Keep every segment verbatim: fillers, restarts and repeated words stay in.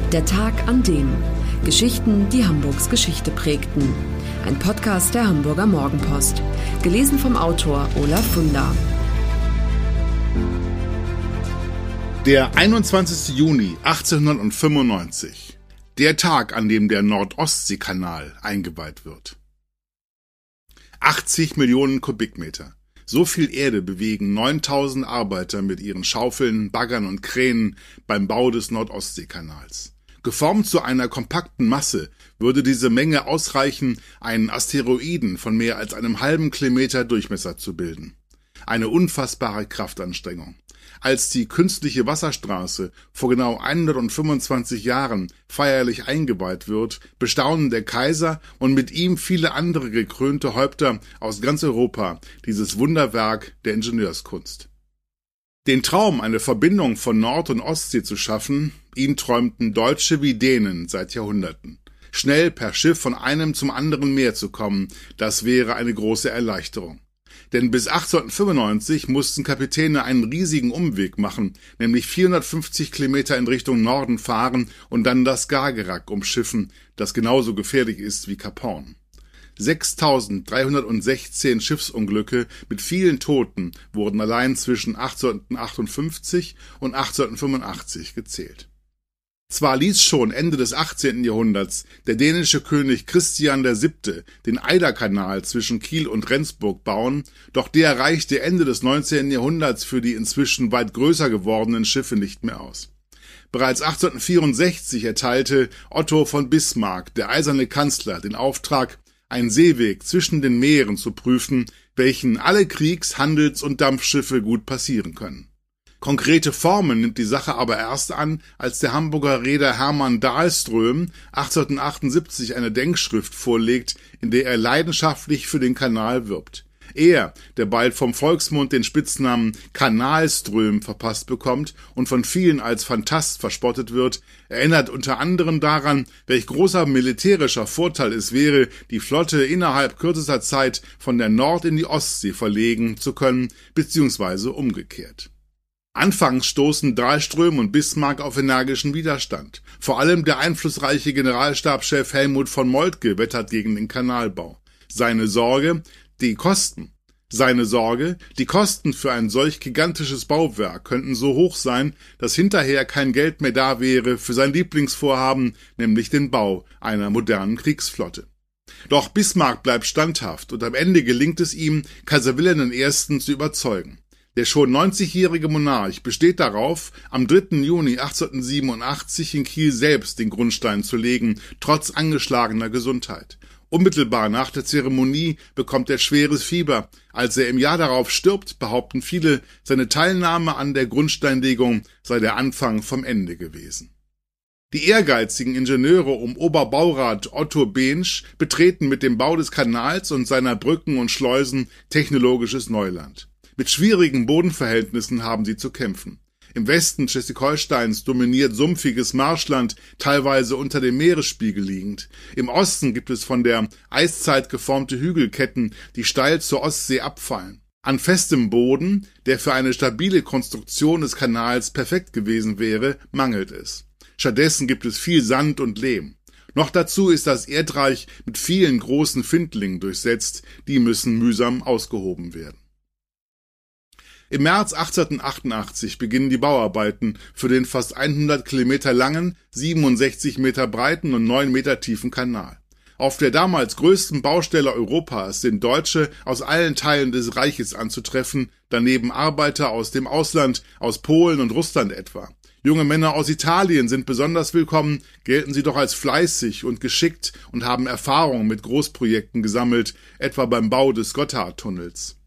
Der Tag an dem. Geschichten, die Hamburgs Geschichte prägten. Ein Podcast der Hamburger Morgenpost. Gelesen vom Autor Olaf Funder. Der einundzwanzigste Juni achtzehnhundertfünfundneunzig. Der Tag, an dem der Nord-Ostsee-Kanal eingeweiht wird. achtzig Millionen Kubikmeter. So viel Erde bewegen neuntausend Arbeiter mit ihren Schaufeln, Baggern und Kränen beim Bau des Nord-Ostsee-Kanals. Geformt zu einer kompakten Masse würde diese Menge ausreichen, einen Asteroiden von mehr als einem halben Kilometer Durchmesser zu bilden. Eine unfassbare Kraftanstrengung. Als die künstliche Wasserstraße vor genau hundertfünfundzwanzig Jahren feierlich eingeweiht wird, bestaunen der Kaiser und mit ihm viele andere gekrönte Häupter aus ganz Europa dieses Wunderwerk der Ingenieurskunst. Den Traum, eine Verbindung von Nord- und Ostsee zu schaffen, ihn träumten Deutsche wie Dänen seit Jahrhunderten. Schnell per Schiff von einem zum anderen Meer zu kommen, das wäre eine große Erleichterung. Denn bis achtzehnhundertfünfundneunzig mussten Kapitäne einen riesigen Umweg machen, nämlich vierhundertfünfzig Kilometer in Richtung Norden fahren und dann das Skagerrak umschiffen, das genauso gefährlich ist wie Cap Horn. sechstausenddreihundertsechzehn Schiffsunglücke mit vielen Toten wurden allein zwischen achtzehnhundertachtundfünfzig und achtzehnhundertfünfundachtzig gezählt. Zwar ließ schon Ende des achtzehnten Jahrhunderts der dänische König Christian der Siebte den Eiderkanal zwischen Kiel und Rendsburg bauen, doch der reichte Ende des neunzehnten Jahrhunderts für die inzwischen weit größer gewordenen Schiffe nicht mehr aus. Bereits achtzehnhundertvierundsechzig erteilte Otto von Bismarck, der eiserne Kanzler, den Auftrag, einen Seeweg zwischen den Meeren zu prüfen, welchen alle Kriegs-, Handels- und Dampfschiffe gut passieren können. Konkrete Formen nimmt die Sache aber erst an, als der Hamburger Reeder Hermann Dahlström achtzehnhundertachtundsiebzig eine Denkschrift vorlegt, in der er leidenschaftlich für den Kanal wirbt. Er, der bald vom Volksmund den Spitznamen Kanalström verpasst bekommt und von vielen als Phantast verspottet wird, erinnert unter anderem daran, welch großer militärischer Vorteil es wäre, die Flotte innerhalb kürzester Zeit von der Nord- in die Ostsee verlegen zu können, beziehungsweise umgekehrt. Anfangs stoßen Dahlström und Bismarck auf energischen Widerstand. Vor allem der einflussreiche Generalstabschef Helmut von Moltke wettert gegen den Kanalbau. Seine Sorge, die Kosten. Seine Sorge, die Kosten für ein solch gigantisches Bauwerk könnten so hoch sein, dass hinterher kein Geld mehr da wäre für sein Lieblingsvorhaben, nämlich den Bau einer modernen Kriegsflotte. Doch Bismarck bleibt standhaft und am Ende gelingt es ihm, Kaiser Wilhelm der Erste zu überzeugen. Der schon neunzigjährige Monarch besteht darauf, am dritten Juni achtzehnhundertsiebenundachtzig in Kiel selbst den Grundstein zu legen, trotz angeschlagener Gesundheit. Unmittelbar nach der Zeremonie bekommt er schweres Fieber. Als er im Jahr darauf stirbt, behaupten viele, seine Teilnahme an der Grundsteinlegung sei der Anfang vom Ende gewesen. Die ehrgeizigen Ingenieure um Oberbaurat Otto Bensch betreten mit dem Bau des Kanals und seiner Brücken und Schleusen technologisches Neuland. Mit schwierigen Bodenverhältnissen haben sie zu kämpfen. Im Westen Schleswig-Holsteins dominiert sumpfiges Marschland, teilweise unter dem Meeresspiegel liegend. Im Osten gibt es von der Eiszeit geformte Hügelketten, die steil zur Ostsee abfallen. An festem Boden, der für eine stabile Konstruktion des Kanals perfekt gewesen wäre, mangelt es. Stattdessen gibt es viel Sand und Lehm. Noch dazu ist das Erdreich mit vielen großen Findlingen durchsetzt, die müssen mühsam ausgehoben werden. Im März achtzehnhundertachtundachtzig beginnen die Bauarbeiten für den fast hundert Kilometer langen, siebenundsechzig Meter breiten und neun Meter tiefen Kanal. Auf der damals größten Baustelle Europas sind Deutsche aus allen Teilen des Reiches anzutreffen, daneben Arbeiter aus dem Ausland, aus Polen und Russland etwa. Junge Männer aus Italien sind besonders willkommen, gelten sie doch als fleißig und geschickt und haben Erfahrung mit Großprojekten gesammelt, etwa beim Bau des Gotthardtunnels.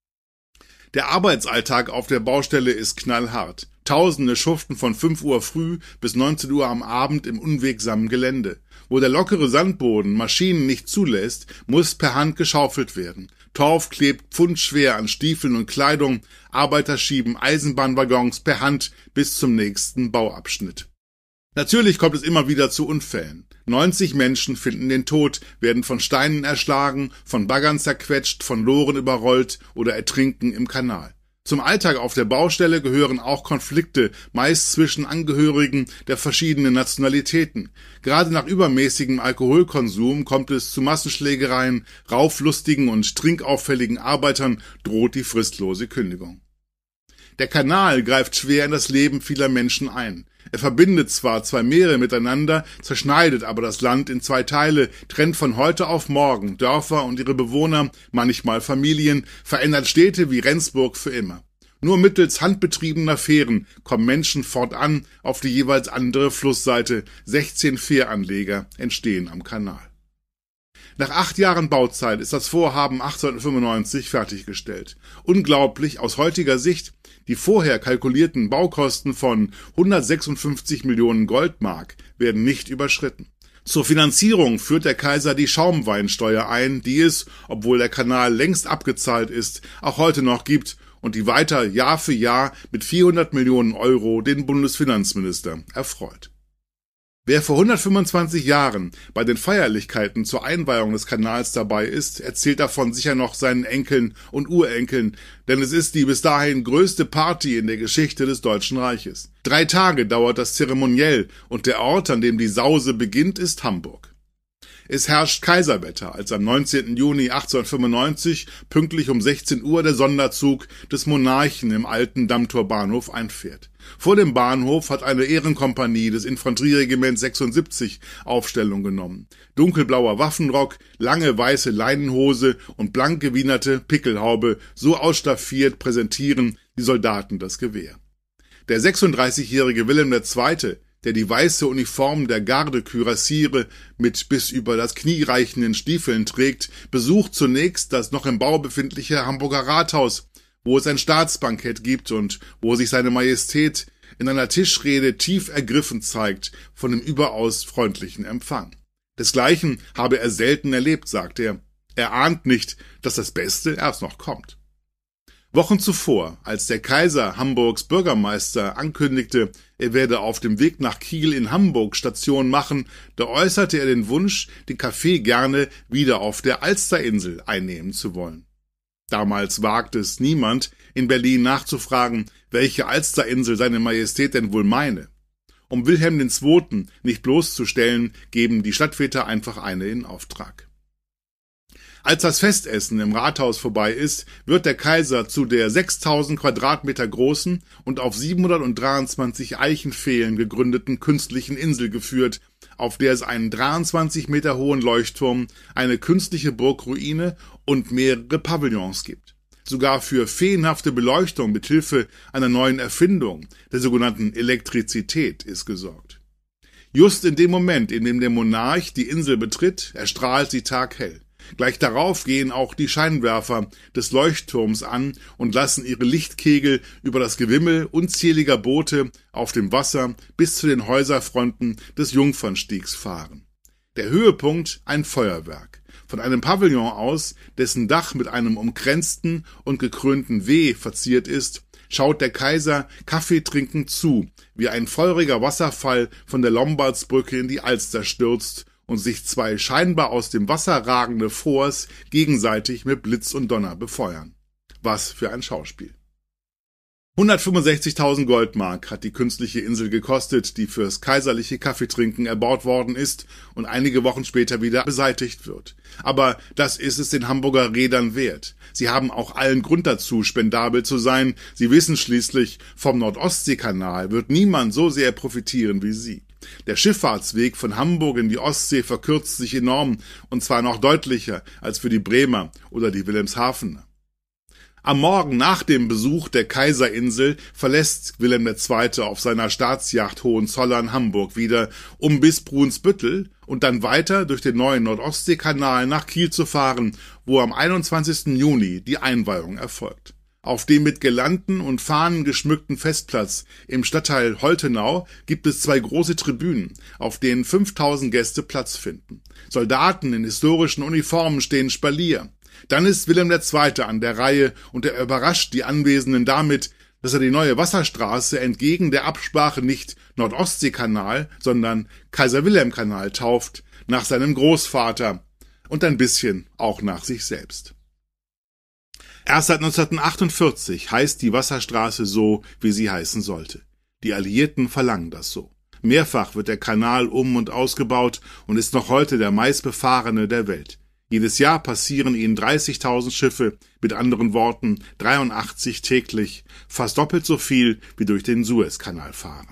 Der Arbeitsalltag auf der Baustelle ist knallhart. Tausende schuften von fünf Uhr früh bis neunzehn Uhr am Abend im unwegsamen Gelände. Wo der lockere Sandboden Maschinen nicht zulässt, muss per Hand geschaufelt werden. Torf klebt pfundschwer an Stiefeln und Kleidung, Arbeiter schieben Eisenbahnwaggons per Hand bis zum nächsten Bauabschnitt. Natürlich kommt es immer wieder zu Unfällen. neunzig Menschen finden den Tod, werden von Steinen erschlagen, von Baggern zerquetscht, von Loren überrollt oder ertrinken im Kanal. Zum Alltag auf der Baustelle gehören auch Konflikte, meist zwischen Angehörigen der verschiedenen Nationalitäten. Gerade nach übermäßigem Alkoholkonsum kommt es zu Massenschlägereien, rauflustigen und trinkauffälligen Arbeitern droht die fristlose Kündigung. Der Kanal greift schwer in das Leben vieler Menschen ein. Er verbindet zwar zwei Meere miteinander, zerschneidet aber das Land in zwei Teile, trennt von heute auf morgen Dörfer und ihre Bewohner, manchmal Familien, verändert Städte wie Rendsburg für immer. Nur mittels handbetriebener Fähren kommen Menschen fortan auf die jeweils andere Flussseite. sechzehn Fähranleger entstehen am Kanal. Nach acht Jahren Bauzeit ist das Vorhaben achtzehnhundertfünfundneunzig fertiggestellt. Unglaublich aus heutiger Sicht, die vorher kalkulierten Baukosten von hundertsechsundfünfzig Millionen Goldmark werden nicht überschritten. Zur Finanzierung führt der Kaiser die Schaumweinsteuer ein, die es, obwohl der Kanal längst abgezahlt ist, auch heute noch gibt und die weiter Jahr für Jahr mit vierhundert Millionen Euro den Bundesfinanzminister erfreut. Wer vor hundertfünfundzwanzig Jahren bei den Feierlichkeiten zur Einweihung des Kanals dabei ist, erzählt davon sicher noch seinen Enkeln und Urenkeln, denn es ist die bis dahin größte Party in der Geschichte des Deutschen Reiches. Drei Tage dauert das Zeremoniell und der Ort, an dem die Sause beginnt, ist Hamburg. Es herrscht Kaiserwetter, als am neunzehnten Juni achtzehnhundertfünfundneunzig pünktlich um sechzehn Uhr der Sonderzug des Monarchen im alten Dammtorbahnhof einfährt. Vor dem Bahnhof hat eine Ehrenkompanie des Infanterieregiments sechsundsiebzig Aufstellung genommen. Dunkelblauer Waffenrock, lange weiße Leinenhose und blank gewienerte Pickelhaube, so ausstaffiert präsentieren die Soldaten das Gewehr. Der sechsunddreißigjährige Wilhelm der Zweite., der die weiße Uniform der Gardekürassiere mit bis über das Knie reichenden Stiefeln trägt, besucht zunächst das noch im Bau befindliche Hamburger Rathaus, wo es ein Staatsbankett gibt und wo sich seine Majestät in einer Tischrede tief ergriffen zeigt von dem überaus freundlichen Empfang. Desgleichen habe er selten erlebt, sagt er. Er ahnt nicht, dass das Beste erst noch kommt. Wochen zuvor, als der Kaiser Hamburgs Bürgermeister ankündigte, er werde auf dem Weg nach Kiel in Hamburg Station machen, da äußerte er den Wunsch, den Kaffee gerne wieder auf der Alsterinsel einnehmen zu wollen. Damals wagte es niemand, in Berlin nachzufragen, welche Alsterinsel seine Majestät denn wohl meine. Um Wilhelm der Zweite. Nicht bloßzustellen, geben die Stadtväter einfach eine in Auftrag. Als das Festessen im Rathaus vorbei ist, wird der Kaiser zu der sechstausend Quadratmeter großen und auf siebenhundertdreiundzwanzig Eichenpfählen gegründeten künstlichen Insel geführt, auf der es einen dreiundzwanzig Meter hohen Leuchtturm, eine künstliche Burgruine und mehrere Pavillons gibt. Sogar für feenhafte Beleuchtung mit Hilfe einer neuen Erfindung, der sogenannten Elektrizität, ist gesorgt. Just in dem Moment, in dem der Monarch die Insel betritt, erstrahlt sie taghell. Gleich darauf gehen auch die Scheinwerfer des Leuchtturms an und lassen ihre Lichtkegel über das Gewimmel unzähliger Boote auf dem Wasser bis zu den Häuserfronten des Jungfernstiegs fahren. Der Höhepunkt ein Feuerwerk. Von einem Pavillon aus, dessen Dach mit einem umkränzten und gekrönten W verziert ist, schaut der Kaiser Kaffee trinkend zu, wie ein feuriger Wasserfall von der Lombardsbrücke in die Alster stürzt und sich zwei scheinbar aus dem Wasser ragende Forts gegenseitig mit Blitz und Donner befeuern. Was für ein Schauspiel. hundertfünfundsechzigtausend Goldmark hat die künstliche Insel gekostet, die fürs kaiserliche Kaffeetrinken erbaut worden ist und einige Wochen später wieder beseitigt wird. Aber das ist es den Hamburger Reedern wert. Sie haben auch allen Grund dazu, spendabel zu sein. Sie wissen schließlich, vom Nord-Ostsee-Kanal wird niemand so sehr profitieren wie sie. Der Schifffahrtsweg von Hamburg in die Ostsee verkürzt sich enorm, und zwar noch deutlicher als für die Bremer oder die Wilhelmshavener. Am Morgen nach dem Besuch der Kaiserinsel verlässt Wilhelm der Zweite. Auf seiner Staatsjacht Hohenzollern Hamburg wieder, um bis Brunsbüttel und dann weiter durch den neuen Nord-Ostsee-Kanal nach Kiel zu fahren, wo am einundzwanzigsten Juni die Einweihung erfolgt. Auf dem mit Girlanden und Fahnen geschmückten Festplatz im Stadtteil Holtenau gibt es zwei große Tribünen, auf denen fünftausend Gäste Platz finden. Soldaten in historischen Uniformen stehen Spalier. Dann ist Wilhelm der Zweite. an der Reihe und er überrascht die Anwesenden damit, dass er die neue Wasserstraße entgegen der Absprache nicht Nord-Ostsee-Kanal, sondern Kaiser-Wilhelm-Kanal tauft, nach seinem Großvater und ein bisschen auch nach sich selbst. Erst seit neunzehnhundertachtundvierzig heißt die Wasserstraße so, wie sie heißen sollte. Die Alliierten verlangen das so. Mehrfach wird der Kanal um- und ausgebaut und ist noch heute der meistbefahrene der Welt. Jedes Jahr passieren ihn dreißigtausend Schiffe, mit anderen Worten dreiundachtzig täglich, fast doppelt so viel wie durch den Suezkanal fahren.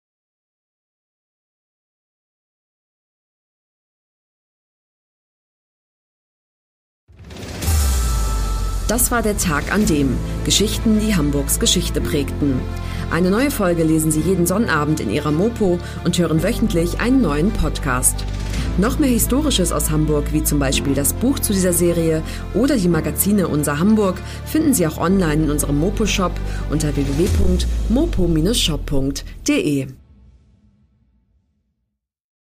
Das war der Tag an dem Geschichten, die Hamburgs Geschichte prägten. Eine neue Folge lesen Sie jeden Sonnabend in Ihrer Mopo und hören wöchentlich einen neuen Podcast. Noch mehr Historisches aus Hamburg, wie zum Beispiel das Buch zu dieser Serie oder die Magazine Unser Hamburg, finden Sie auch online in unserem Mopo-Shop unter w w w punkt mopo Bindestrich shop punkt de.